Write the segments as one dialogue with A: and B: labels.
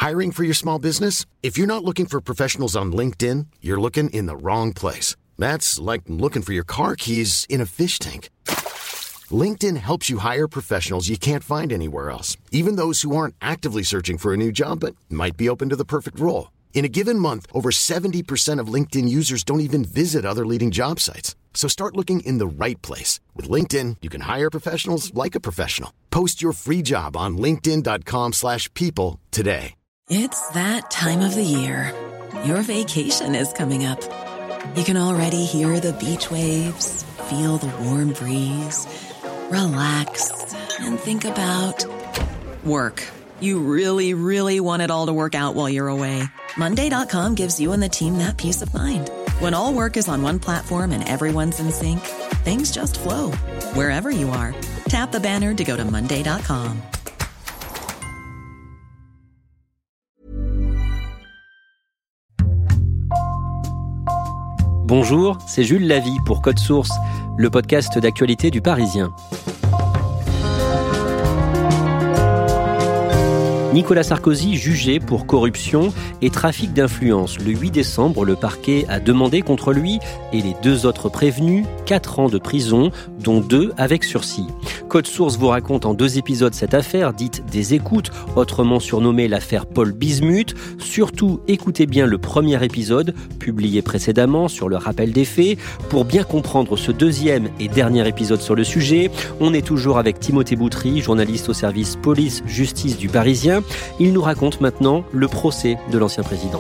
A: Hiring for your small business? If you're not looking for professionals on LinkedIn, you're looking in the wrong place. That's like looking for your car keys in a fish tank. LinkedIn helps you hire professionals you can't find anywhere else, even those who aren't actively searching for a new job but might be open to the perfect role. In a given month, over 70% of LinkedIn users don't even visit other leading job sites. So start looking in the right place. With LinkedIn, you can hire professionals like a professional. Post your free job on linkedin.com/people today.
B: It's that time of the year. Your vacation is coming up. You can already hear the beach waves, feel the warm breeze, relax, and think about work. You really, really want it all to work out while you're away. Monday.com gives you and the team that peace of mind. When all work is on one platform and everyone's in sync, things just flow. Wherever you are, tap the banner to go to Monday.com.
C: Bonjour, c'est Jules Lavie pour Code Source, le podcast d'actualité du Parisien. Nicolas Sarkozy jugé pour corruption et trafic d'influence. Le 8 décembre, le parquet a demandé contre lui et les 2 autres prévenus 4 ans de prison, dont 2 avec sursis. Code Source vous raconte en 2 épisodes cette affaire, dite des écoutes, autrement surnommée l'affaire Paul Bismuth. Surtout, écoutez bien le premier épisode, publié précédemment sur le rappel des faits. Pour bien comprendre ce 2e et dernier épisode sur le sujet, on est toujours avec Timothée Boutry, journaliste au service police-justice du Parisien. Il nous raconte maintenant le procès de l'ancien président.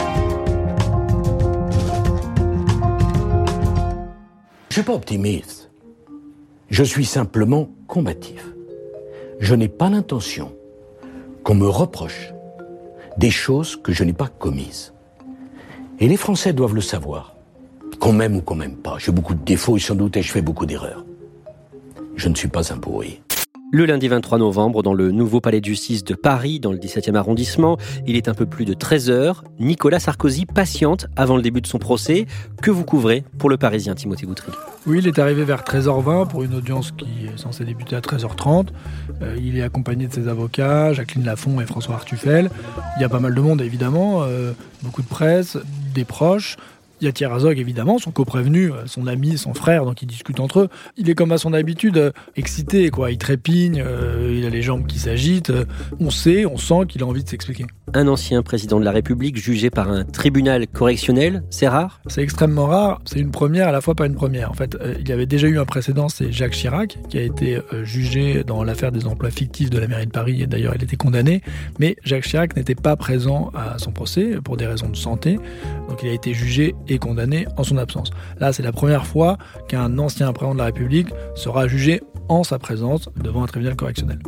D: Je ne suis pas optimiste. Je suis simplement combatif. Je n'ai pas l'intention qu'on me reproche des choses que je n'ai pas commises. Et les Français doivent le savoir. Qu'on m'aime ou qu'on m'aime pas. J'ai beaucoup de défauts et sans doute je fais beaucoup d'erreurs. Je ne suis pas un pourri.
C: Le lundi 23 novembre, dans le nouveau palais de justice de Paris, dans le 17e arrondissement, il est un peu plus de 13h. Nicolas Sarkozy patiente avant le début de son procès. Que vous couvrez pour le Parisien, Timothée Boutry?
E: Oui, il est arrivé vers 13h20 pour une audience qui est censée débuter à 13h30. Il est accompagné de ses avocats, Jacqueline Lafont et François Artufel. Il y a pas mal de monde, évidemment, beaucoup de presse, des proches. Il y a Thierry Herzog, évidemment, son coprévenu, son ami, son frère, donc ils discutent entre eux. Il est comme à son habitude, excité, quoi. Il trépigne, il a les jambes qui s'agitent. On sent qu'il a envie de s'expliquer.
C: Un ancien président de la République jugé par un tribunal correctionnel, c'est rare?
E: C'est extrêmement rare. C'est une première, à la fois pas une première. En fait, il y avait déjà eu un précédent, c'est Jacques Chirac, qui a été jugé dans l'affaire des emplois fictifs de la mairie de Paris, et d'ailleurs il était condamné. Mais Jacques Chirac n'était pas présent à son procès pour des raisons de santé. Donc il a été jugé et condamné en son absence. Là, c'est la première fois qu'un ancien président de la République sera jugé en sa présence devant un tribunal correctionnel.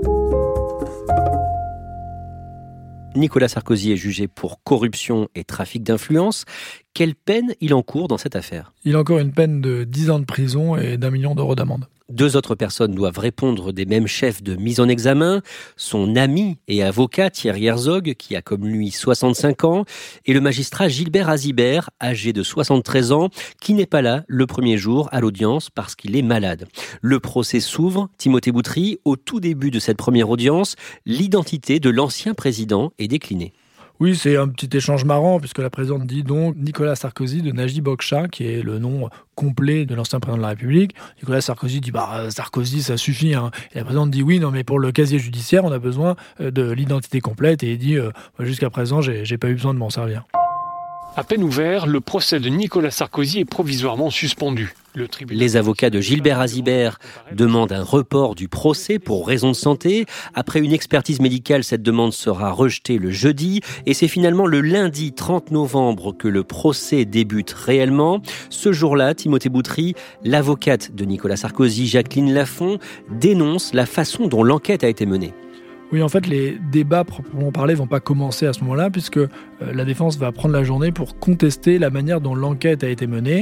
C: Nicolas Sarkozy est jugé pour corruption et trafic d'influence. Quelle peine il encourt dans cette affaire?
E: Il encourt une peine de 10 ans de prison et d'1 million d'euros d'amende.
C: 2 autres personnes doivent répondre des mêmes chefs de mise en examen. Son ami et avocat Thierry Herzog, qui a comme lui 65 ans, et le magistrat Gilbert Azibert, âgé de 73 ans, qui n'est pas là le premier jour à l'audience parce qu'il est malade. Le procès s'ouvre, Timothée Boutry, au tout début de cette première audience, l'identité de l'ancien président est déclinée.
E: Oui, c'est un petit échange marrant, puisque la présidente dit donc Nicolas Sarkozy de Najib Okcha, qui est le nom complet de l'ancien président de la République. Nicolas Sarkozy dit Sarkozy, ça suffit. Hein. Et la présidente dit oui, non, mais pour le casier judiciaire, on a besoin de l'identité complète. Et il dit jusqu'à présent, j'ai pas eu besoin de m'en servir.
F: À peine ouvert, le procès de Nicolas Sarkozy est provisoirement suspendu.
C: Les avocats de Gilbert Azibert demandent un report du procès pour raison de santé. Après une expertise médicale, cette demande sera rejetée le jeudi. Et c'est finalement le lundi 30 novembre que le procès débute réellement. Ce jour-là, Timothée Boutry, l'avocate de Nicolas Sarkozy, Jacqueline Lafont, dénonce la façon dont l'enquête a été menée.
E: Oui, en fait, les débats proprement parlés vont pas commencer à ce moment-là, puisque la défense va prendre la journée pour contester la manière dont l'enquête a été menée,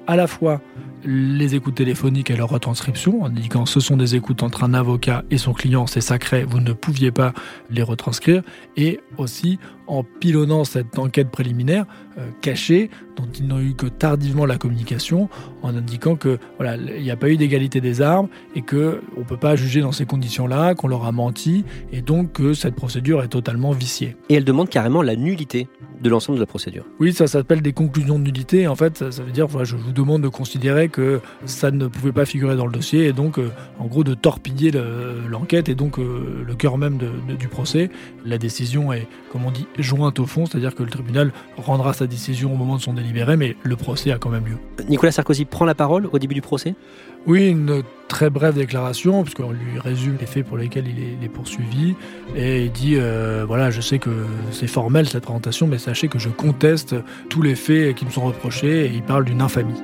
E: à la fois les écoutes téléphoniques et leur retranscription, en indiquant que ce sont des écoutes entre un avocat et son client, c'est sacré, vous ne pouviez pas les retranscrire, et aussi en pilonnant cette enquête préliminaire cachée, dont ils n'ont eu que tardivement la communication, en indiquant que voilà, il n'y a pas eu d'égalité des armes et que on peut pas juger dans ces conditions-là, qu'on leur a menti, et donc que cette procédure est totalement viciée.
C: Et elle demande carrément la nullité de l'ensemble de la procédure.
E: Oui, ça s'appelle des conclusions de nullité. En fait, ça veut dire, voilà, je vous demande de considérer que ça ne pouvait pas figurer dans le dossier et donc, en gros, de torpiller l'enquête et donc le cœur même du procès. La décision est, comme on dit, jointe au fond, c'est-à-dire que le tribunal rendra sa décision au moment de son délibéré, mais le procès a quand même lieu.
C: Nicolas Sarkozy prend la parole au début du procès ?
E: Oui, une très brève déclaration, puisqu'on lui résume les faits pour lesquels il est poursuivi, et il dit voilà, je sais que c'est formel cette présentation, mais sachez que je conteste tous les faits qui me sont reprochés, et il parle d'une infamie.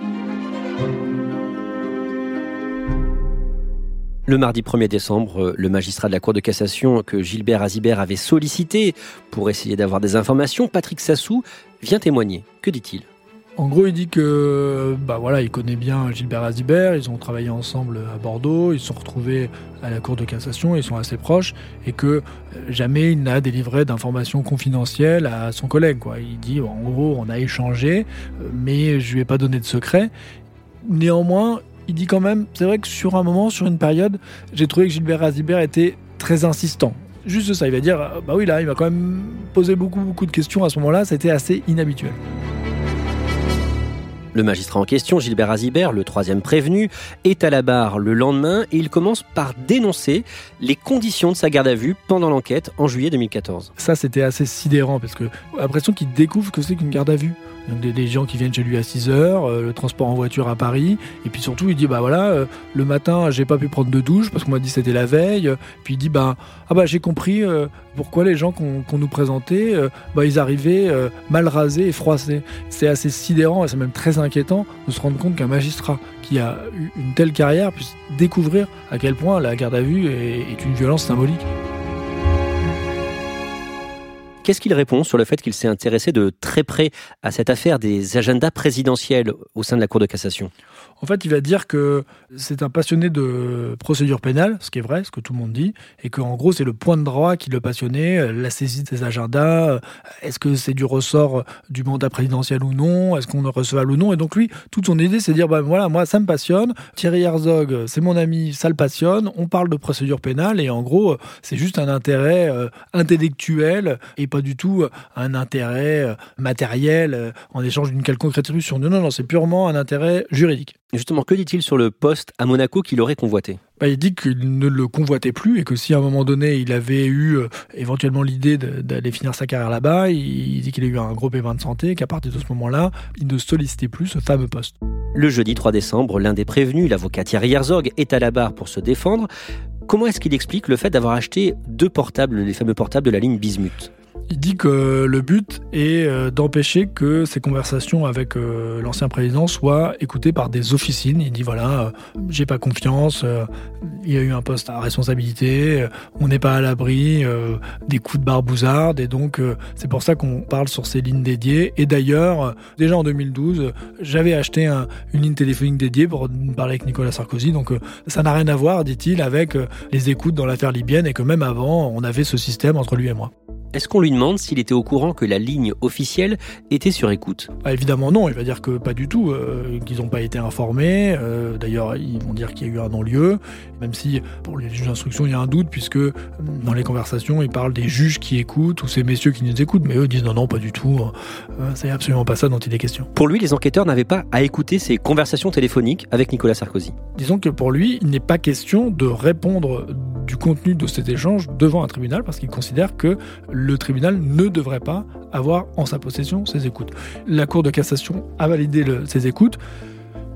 C: Le mardi 1er décembre, le magistrat de la Cour de cassation que Gilbert Azibert avait sollicité pour essayer d'avoir des informations, Patrick Sassou, vient témoigner. Que dit-il ?
E: En gros, il dit que il connaît bien Gilbert Azibert, ils ont travaillé ensemble à Bordeaux, ils se sont retrouvés à la Cour de cassation, ils sont assez proches, et que jamais il n'a délivré d'informations confidentielles à son collègue, quoi. Il dit, en gros, on a échangé, mais je lui ai pas donné de secret. Néanmoins, il dit quand même, c'est vrai que sur un moment, sur une période, j'ai trouvé que Gilbert Azibert était très insistant. Juste ça, il va dire, il m'a quand même posé beaucoup de questions à ce moment-là, c'était assez inhabituel.
C: Le magistrat en question, Gilbert Azibert, le troisième prévenu, est à la barre le lendemain et il commence par dénoncer les conditions de sa garde à vue pendant l'enquête en juillet 2014.
E: Ça, c'était assez sidérant parce que l'impression qu'il découvre que c'est qu'une garde à vue. Donc des gens qui viennent chez lui à 6h, le transport en voiture à Paris, et puis surtout il dit le matin j'ai pas pu prendre de douche parce qu'on m'a dit que c'était la veille, puis il dit j'ai compris pourquoi les gens qu'on nous présentait, ils arrivaient mal rasés et froissés. C'est assez sidérant et c'est même très inquiétant de se rendre compte qu'un magistrat qui a eu une telle carrière puisse découvrir à quel point la garde à vue est une violence symbolique.
C: Qu'est-ce qu'il répond sur le fait qu'il s'est intéressé de très près à cette affaire des agendas présidentiels au sein de la Cour de cassation ?
E: En fait, il va dire que c'est un passionné de procédure pénale, ce qui est vrai, ce que tout le monde dit, et qu'en gros, c'est le point de droit qui le passionnait, la saisie de ses agendas, est-ce que c'est du ressort du mandat présidentiel ou non, est-ce qu'on est recevable ou non, et donc lui, toute son idée, c'est de dire, moi, ça me passionne, Thierry Herzog, c'est mon ami, ça le passionne, on parle de procédure pénale, et en gros, c'est juste un intérêt intellectuel, et pas du tout un intérêt matériel, en échange d'une quelconque rétribution. Non, c'est purement un intérêt juridique.
C: Justement, que dit-il sur le poste à Monaco qu'il aurait convoité ?
E: Il dit qu'il ne le convoitait plus et que si à un moment donné il avait eu éventuellement l'idée d'aller finir sa carrière là-bas, il dit qu'il a eu un gros pépin de santé et qu'à partir de ce moment-là, il ne sollicitait plus ce fameux poste.
C: Le jeudi 3 décembre, l'un des prévenus, l'avocat Thierry Herzog, est à la barre pour se défendre. Comment est-ce qu'il explique le fait d'avoir acheté 2 portables, les fameux portables de la ligne Bismuth ?
E: Il dit que le but est d'empêcher que ces conversations avec l'ancien président soient écoutées par des officines. Il dit j'ai pas confiance, il y a eu un poste à responsabilité, on n'est pas à l'abri des coups de barbouzarde et donc c'est pour ça qu'on parle sur ces lignes dédiées. Et d'ailleurs, déjà en 2012, j'avais acheté une ligne téléphonique dédiée pour parler avec Nicolas Sarkozy, donc ça n'a rien à voir, dit-il, avec les écoutes dans l'affaire libyenne et que même avant, on avait ce système entre lui et moi.
C: Est-ce qu'on lui demande s'il était au courant que la ligne officielle était sur écoute ?
E: Évidemment non, il va dire que pas du tout, qu'ils n'ont pas été informés. D'ailleurs, ils vont dire qu'il y a eu un non-lieu, même si pour les juges d'instruction, il y a un doute, puisque dans les conversations, ils parlent des juges qui écoutent ou ces messieurs qui nous écoutent, mais eux disent non, pas du tout, c'est absolument pas ça dont il est question.
C: Pour lui, les enquêteurs n'avaient pas à écouter ces conversations téléphoniques avec Nicolas Sarkozy.
E: Disons que pour lui, il n'est pas question de répondre du contenu de cet échange devant un tribunal, parce qu'il considère que le tribunal ne devrait pas avoir en sa possession ces écoutes. La Cour de cassation a validé ces écoutes.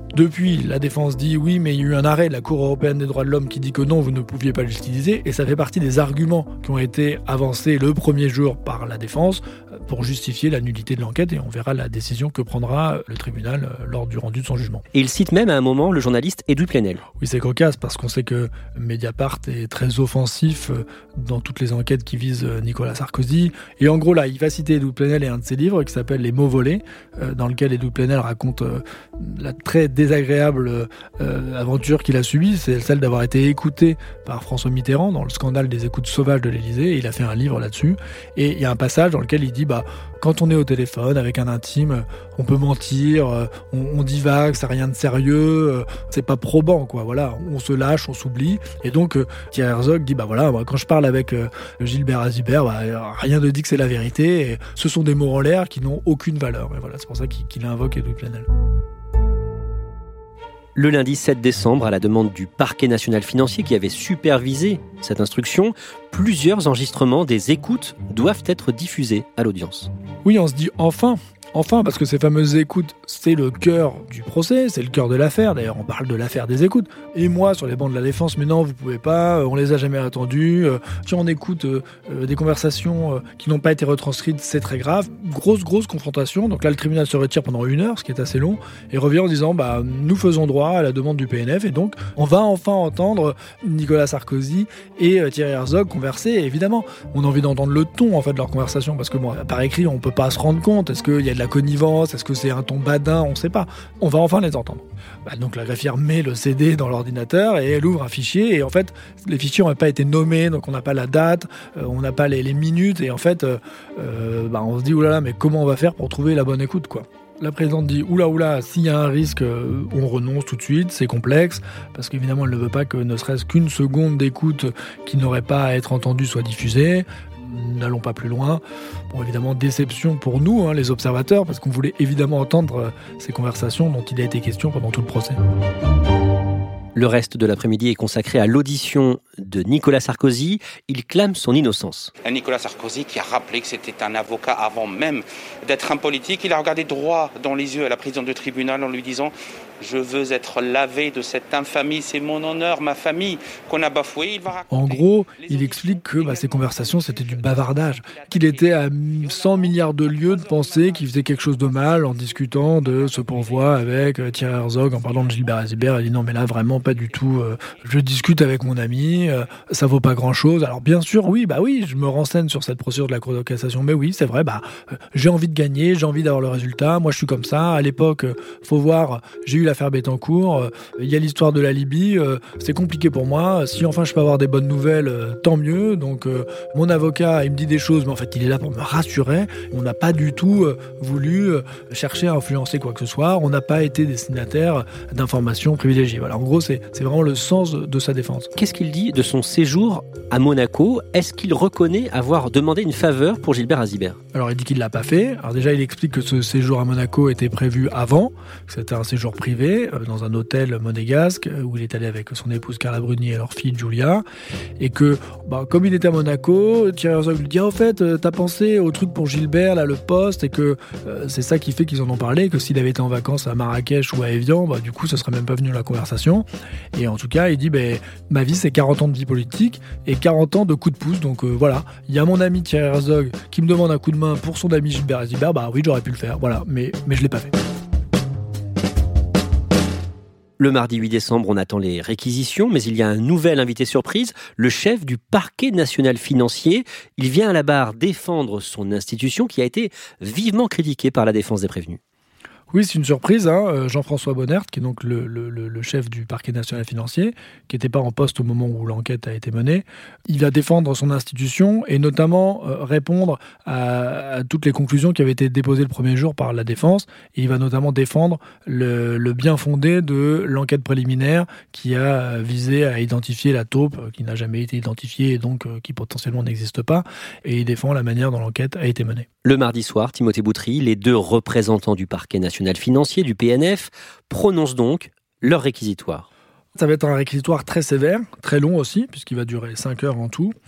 E: Depuis, la défense dit oui, mais il y a eu un arrêt de la Cour européenne des droits de l'homme qui dit que non, vous ne pouviez pas l'utiliser. Et ça fait partie des arguments qui ont été avancés le premier jour par la défense pour justifier la nullité de l'enquête. Et on verra la décision que prendra le tribunal lors du rendu de son jugement.
C: Et il cite même à un moment le journaliste Edoui Plenel.
E: Oui, c'est cocasse parce qu'on sait que Mediapart est très offensif dans toutes les enquêtes qui visent Nicolas Sarkozy. Et en gros, là, il va citer Edoui Plenel et un de ses livres qui s'appelle Les mots volés, dans lequel Edoui Plenel raconte la très désagréable aventure qu'il a subie, c'est celle d'avoir été écouté par François Mitterrand dans le scandale des écoutes sauvages de l'Élysée. Il a fait un livre là-dessus. Et il y a un passage dans lequel il dit quand on est au téléphone avec un intime, on peut mentir, on divague, ça n'a rien de sérieux, c'est pas probant, quoi. Voilà, on se lâche, on s'oublie. Et donc Thierry Herzog dit moi, quand je parle avec Gilbert Azibert, rien ne dit que c'est la vérité. Et ce sont des mots en l'air qui n'ont aucune valeur. Et voilà, c'est pour ça qu'il invoque Edoui Plenel.
C: Le lundi 7 décembre, à la demande du Parquet national financier qui avait supervisé cette instruction, plusieurs enregistrements des écoutes doivent être diffusés à l'audience.
E: Oui, on se dit enfin, parce que ces fameuses écoutes, c'est le cœur du procès, c'est le cœur de l'affaire. D'ailleurs, on parle de l'affaire des écoutes. Et moi, sur les bancs de la défense, mais non, vous pouvez pas, on les a jamais attendues. Si on écoute des conversations qui n'ont pas été retranscrites, c'est très grave. Grosse confrontation. Donc là, le tribunal se retire pendant 1 heure, ce qui est assez long, et revient en disant, nous faisons droit à la demande du PNF, et donc, on va enfin entendre Nicolas Sarkozy et Thierry Herzog converser. Et évidemment, on a envie d'entendre le ton, en fait, de leur conversation, parce que par écrit, on peut pas se rendre compte. Est-ce qu'il y a de la connivence, est-ce que c'est un ton badin, on ne sait pas. On va enfin les entendre. Donc la greffière met le CD dans l'ordinateur et elle ouvre un fichier et en fait les fichiers n'ont pas été nommés, donc on n'a pas la date, on n'a pas les minutes et en fait on se dit oulala, mais comment on va faire pour trouver la bonne écoute, quoi. La présidente dit oula, s'il y a un risque, on renonce tout de suite, c'est complexe, parce qu'évidemment elle ne veut pas que ne serait-ce qu'une seconde d'écoute qui n'aurait pas à être entendue soit diffusée. N'allons pas plus loin. Bon, évidemment, déception pour nous, les observateurs, parce qu'on voulait évidemment entendre ces conversations dont il a été question pendant tout le procès.
C: Le reste de l'après-midi est consacré à l'audition de Nicolas Sarkozy. Il clame son innocence.
G: Nicolas Sarkozy qui a rappelé que c'était un avocat avant même d'être un politique. Il a regardé droit dans les yeux à la présidente du tribunal en lui disant « Je veux être lavé de cette infamie, c'est mon honneur, ma famille qu'on a bafoué. »
E: En gros, il explique que ces conversations, c'était du bavardage, qu'il était à 100 milliards de lieues de penser qu'il faisait quelque chose de mal en discutant de ce pourvoi avec Thierry Herzog, en parlant de Gilbert Azibert. Il dit non, mais là, vraiment pas du tout. Je discute avec mon ami, ça vaut pas grand-chose. Alors bien sûr, oui, je me renseigne sur cette procédure de la Cour de cassation, mais oui, c'est vrai, j'ai envie de gagner, j'ai envie d'avoir le résultat. Moi, je suis comme ça. À l'époque, faut voir, j'ai eu l'affaire Bettencourt, il y a l'histoire de la Libye, c'est compliqué pour moi. Si enfin je peux avoir des bonnes nouvelles, tant mieux. Donc mon avocat, il me dit des choses, mais en fait il est là pour me rassurer. On n'a pas du tout voulu chercher à influencer quoi que ce soit. On n'a pas été destinataire d'informations privilégiées. Voilà, en gros, c'est vraiment le sens de sa défense.
C: Qu'est-ce qu'il dit de son séjour à Monaco? Est-ce qu'il reconnaît avoir demandé une faveur pour Gilbert Azibert?
E: Alors il dit qu'il ne l'a pas fait. Alors déjà, il explique que ce séjour à Monaco était prévu avant, que c'était un séjour privé dans un hôtel monégasque où il est allé avec son épouse Carla Bruni et leur fille Julia, et que comme il était à Monaco, Thierry Herzog lui dit en fait t'as pensé au truc pour Gilbert là, le poste, et que c'est ça qui fait qu'ils en ont parlé, que s'il avait été en vacances à Marrakech ou à Évian, du coup ça serait même pas venu la conversation. Et en tout cas il dit ma vie c'est 40 ans de vie politique et 40 ans de coups de pouce, donc voilà, il y a mon ami Thierry Herzog qui me demande un coup de main pour son ami Gilbert Azibert, oui j'aurais pu le faire, voilà, mais je l'ai pas fait.
C: Le mardi 8 décembre, on attend les réquisitions, mais il y a un nouvel invité surprise, le chef du Parquet national financier. Il vient à la barre défendre son institution qui a été vivement critiquée par la défense des prévenus.
E: Oui, c'est une surprise. Jean-François Bonnert, qui est donc le chef du Parquet national financier, qui n'était pas en poste au moment où l'enquête a été menée, il va défendre son institution et notamment répondre à toutes les conclusions qui avaient été déposées le premier jour par la défense. Et il va notamment défendre le bien fondé de l'enquête préliminaire qui a visé à identifier la taupe qui n'a jamais été identifiée et donc qui potentiellement n'existe pas. Et il défend la manière dont l'enquête a été menée.
C: Le mardi soir, Timothée Boutry, les deux représentants du Parquet national financier, du PNF, prononcent donc leur réquisitoire.
E: Ça va être un réquisitoire très sévère, très long aussi, puisqu'il va durer 5 heures en tout.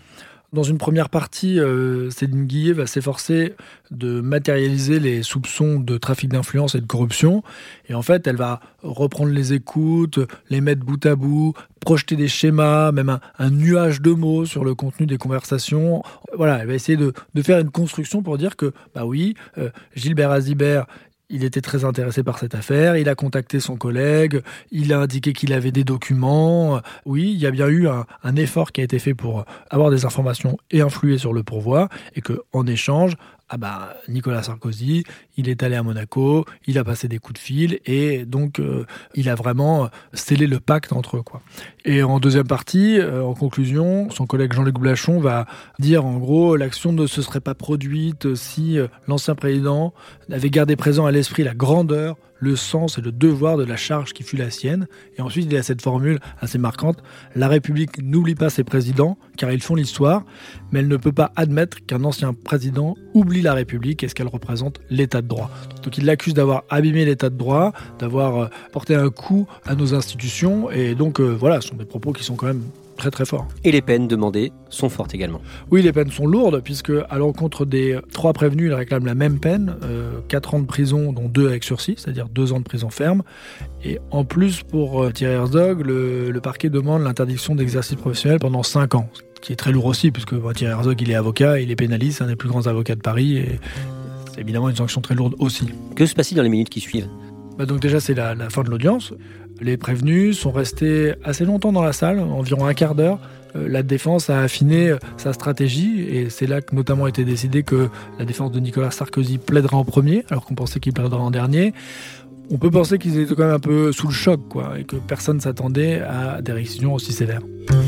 E: Dans une première partie, Céline Guillet va s'efforcer de matérialiser les soupçons de trafic d'influence et de corruption. Et en fait, elle va reprendre les écoutes, les mettre bout à bout, projeter des schémas, même un nuage de mots sur le contenu des conversations. Voilà, elle va essayer de faire une construction pour dire que, Gilbert Azibert, il était très intéressé par cette affaire, il a contacté son collègue, il a indiqué qu'il avait des documents. Oui, il y a bien eu un effort qui a été fait pour avoir des informations et influer sur le pourvoi, et qu'en échange, Nicolas Sarkozy, il est allé à Monaco, il a passé des coups de fil, et donc il a vraiment scellé le pacte entre eux, quoi. Et en deuxième partie, en conclusion, son collègue Jean-Luc Blachon va dire en gros, l'action ne se serait pas produite si l'ancien président avait gardé présent à l'esprit la grandeur, le sens et le devoir de la charge qui fut la sienne. Et ensuite, il y a cette formule assez marquante: la République n'oublie pas ses présidents, car ils font l'histoire, mais elle ne peut pas admettre qu'un ancien président oublie la République et ce qu'elle représente, l'état de droit. Donc il l'accuse d'avoir abîmé l'état de droit, d'avoir porté un coup à nos institutions, et donc ce sont des propos qui sont quand même très très fort.
C: Et les peines demandées sont fortes également.
E: Oui, les peines sont lourdes, puisque à l'encontre des 3 prévenus, il réclame la même peine, 4 ans de prison, dont 2 avec sursis, c'est-à-dire 2 ans de prison ferme. Et en plus, pour Thierry Herzog, le parquet demande l'interdiction d'exercice professionnel pendant 5 ans, ce qui est très lourd aussi, puisque Thierry Herzog, il est avocat, il est pénaliste, c'est un des plus grands avocats de Paris, et c'est évidemment une sanction très lourde aussi.
C: Que se passe-t-il dans les minutes qui suivent ?
E: Donc déjà, c'est la fin de l'audience. Les prévenus sont restés assez longtemps dans la salle, environ un quart d'heure. La défense a affiné sa stratégie, et c'est là que notamment a été décidé que la défense de Nicolas Sarkozy plaidera en premier, alors qu'on pensait qu'il plaiderait en dernier. On peut penser qu'ils étaient quand même un peu sous le choc, et que personne ne s'attendait à des réquisitions aussi sévères.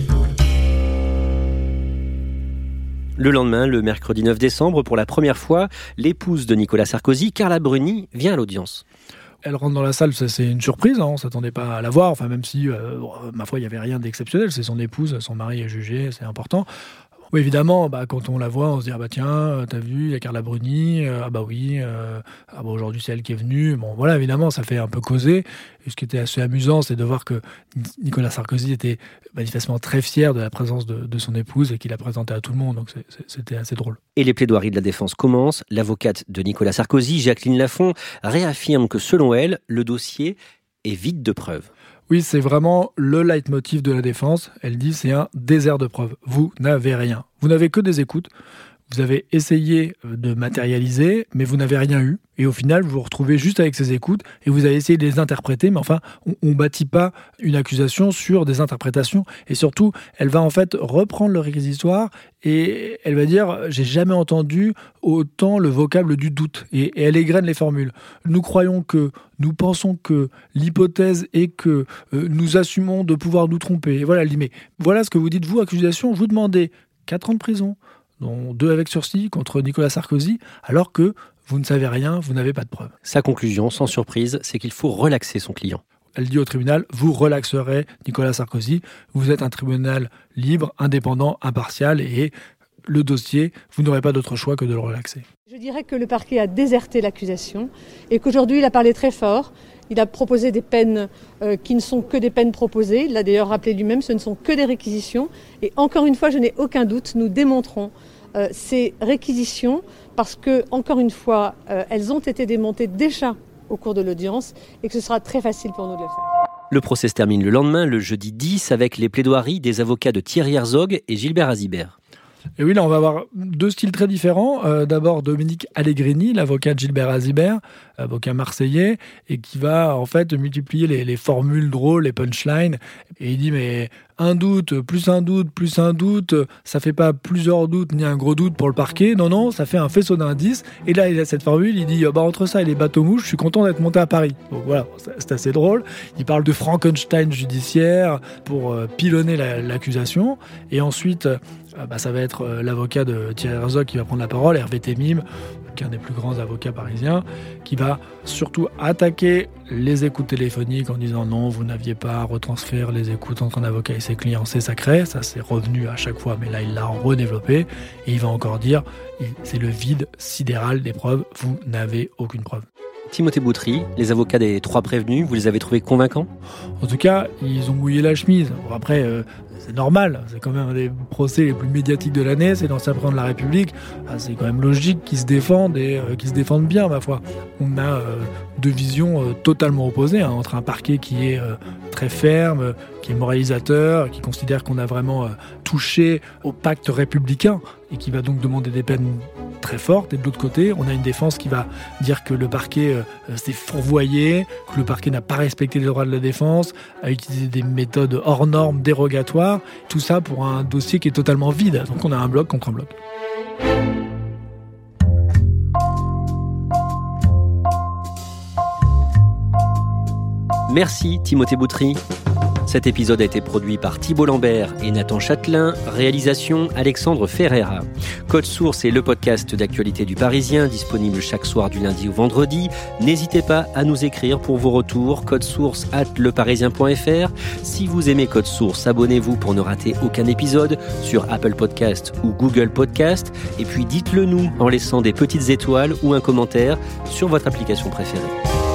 C: Le lendemain, le mercredi 9 décembre, pour la première fois, l'épouse de Nicolas Sarkozy, Carla Bruni, vient à l'audience.
E: Elle rentre dans la salle, ça, c'est une surprise, on ne s'attendait pas à la voir, même si, ma foi, il n'y avait rien d'exceptionnel, c'est son épouse, son mari est jugé, c'est important. Oui, évidemment, quand on la voit, on se dit tiens, t'as vu, il y a Carla Bruni, aujourd'hui c'est elle qui est venue. Bon, voilà, évidemment, ça fait un peu causer. Et ce qui était assez amusant, c'est de voir que Nicolas Sarkozy était manifestement très fier de la présence de son épouse et qu'il la présentait à tout le monde, donc c'était assez drôle.
C: Et les plaidoiries de la défense commencent. L'avocate de Nicolas Sarkozy, Jacqueline Lafont, réaffirme que selon elle, le dossier est vide de preuves.
E: Oui, c'est vraiment le leitmotiv de la défense. Elle dit c'est un désert de preuves. Vous n'avez rien. Vous n'avez que des écoutes. Vous avez essayé de matérialiser, mais vous n'avez rien eu. Et au final, vous vous retrouvez juste avec ces écoutes et vous avez essayé de les interpréter. Mais enfin, on ne bâtit pas une accusation sur des interprétations. Et surtout, elle va en fait reprendre le réquisitoire et elle va dire « j'ai jamais entendu autant le vocable du doute ». Et elle égrène les formules. Nous pensons que l'hypothèse est que nous assumons de pouvoir nous tromper. Et voilà, elle dit « mais voilà ce que vous dites, vous, accusation, vous demandez 4 ans de prison ». Dont 2 avec sursis contre Nicolas Sarkozy, alors que vous ne savez rien, vous n'avez pas de preuves.
C: Sa conclusion, sans surprise, c'est qu'il faut relaxer son client.
E: Elle dit au tribunal, vous relaxerez Nicolas Sarkozy, vous êtes un tribunal libre, indépendant, impartial, et le dossier, vous n'aurez pas d'autre choix que de le relaxer.
H: Je dirais que le parquet a déserté l'accusation, et qu'aujourd'hui il a parlé très fort. Il a proposé des peines qui ne sont que des peines proposées. Il l'a d'ailleurs rappelé lui-même, ce ne sont que des réquisitions. Et encore une fois, je n'ai aucun doute, nous démontrons ces réquisitions parce que, encore une fois, elles ont été démontées déjà au cours de l'audience et que ce sera très facile pour nous de le faire.
C: Le procès se termine le lendemain, le jeudi 10, avec les plaidoiries des avocats de Thierry Herzog et Gilbert Azibert.
E: Et oui, là, on va avoir 2 styles très différents. D'abord, Dominique Allegrini, l'avocat de Gilbert Azibert, avocat marseillais, et qui va en fait multiplier les formules drôles, les punchlines. Et il dit, mais un doute, plus un doute, plus un doute, ça fait pas plusieurs doutes ni un gros doute pour le parquet. Non, ça fait un faisceau d'indices. Et là, il a cette formule, il dit, entre ça et les bateaux-mouches, je suis content d'être monté à Paris. Donc voilà, c'est assez drôle. Il parle de Frankenstein judiciaire pour pilonner l'accusation. Et ensuite, ça va être l'avocat de Thierry Herzog qui va prendre la parole, Hervé Temim, qui est un des plus grands avocats parisiens, qui va surtout attaquer les écoutes téléphoniques en disant non, vous n'aviez pas à retransférer les écoutes entre un avocat et ses clients, c'est sacré, ça c'est revenu à chaque fois, mais là il l'a redéveloppé, et il va encore dire, c'est le vide sidéral des preuves, vous n'avez aucune preuve.
C: Timothée Boutry, les avocats des 3 prévenus, vous les avez trouvés convaincants ?
E: En tout cas, ils ont mouillé la chemise. Bon, après, c'est normal, c'est quand même un des procès les plus médiatiques de l'année, c'est l'ancien président de la République, c'est quand même logique qu'ils se défendent et qu'ils se défendent bien, ma foi. On a deux visions totalement opposées, entre un parquet qui est très ferme, qui est moralisateur, qui considère qu'on a vraiment touché au pacte républicain et qui va donc demander des peines très fortes. Et de l'autre côté, on a une défense qui va dire que le parquet s'est fourvoyé, que le parquet n'a pas respecté les droits de la défense, a utilisé des méthodes hors normes, dérogatoires. Tout ça pour un dossier qui est totalement vide. Donc on a un bloc contre un bloc.
C: Merci Timothée Boutry. Cet épisode a été produit par Thibault Lambert et Nathan Châtelain, réalisation Alexandre Ferreira. Code Source est le podcast d'actualité du Parisien, disponible chaque soir du lundi au vendredi. N'hésitez pas à nous écrire pour vos retours, codesource@leparisien.fr. Si vous aimez Code Source, abonnez-vous pour ne rater aucun épisode sur Apple Podcast ou Google Podcast. Et puis dites-le nous en laissant des petites étoiles ou un commentaire sur votre application préférée.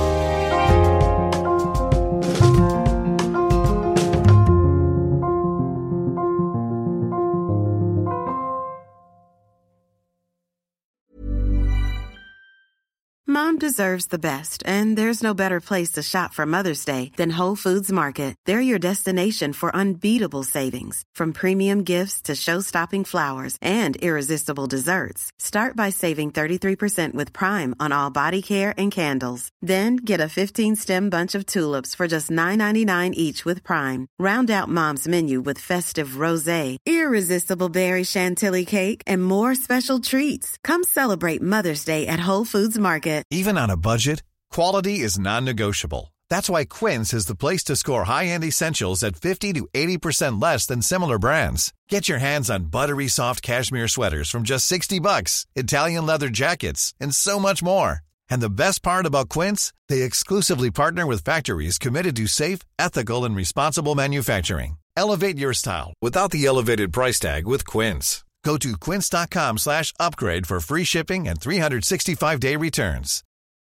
I: Mom deserves the best, and there's no better place to shop for Mother's Day than Whole Foods Market. They're your destination for unbeatable savings, from premium gifts to show-stopping flowers and irresistible desserts. Start by saving 33% with Prime on all body care and candles. Then get a 15-stem bunch of tulips for just $9.99 each with Prime. Round out Mom's menu with festive rosé, irresistible berry chantilly cake, and more special treats. Come celebrate Mother's Day at Whole Foods Market.
J: Even on a budget, quality is non-negotiable. That's why Quince is the place to score high-end essentials at 50 to 80% less than similar brands. Get your hands on buttery soft cashmere sweaters from just $60, Italian leather jackets, and so much more. And the best part about Quince, they exclusively partner with factories committed to safe, ethical, and responsible manufacturing. Elevate your style without the elevated price tag with Quince. Go to quince.com/upgrade for free shipping and 365-day returns.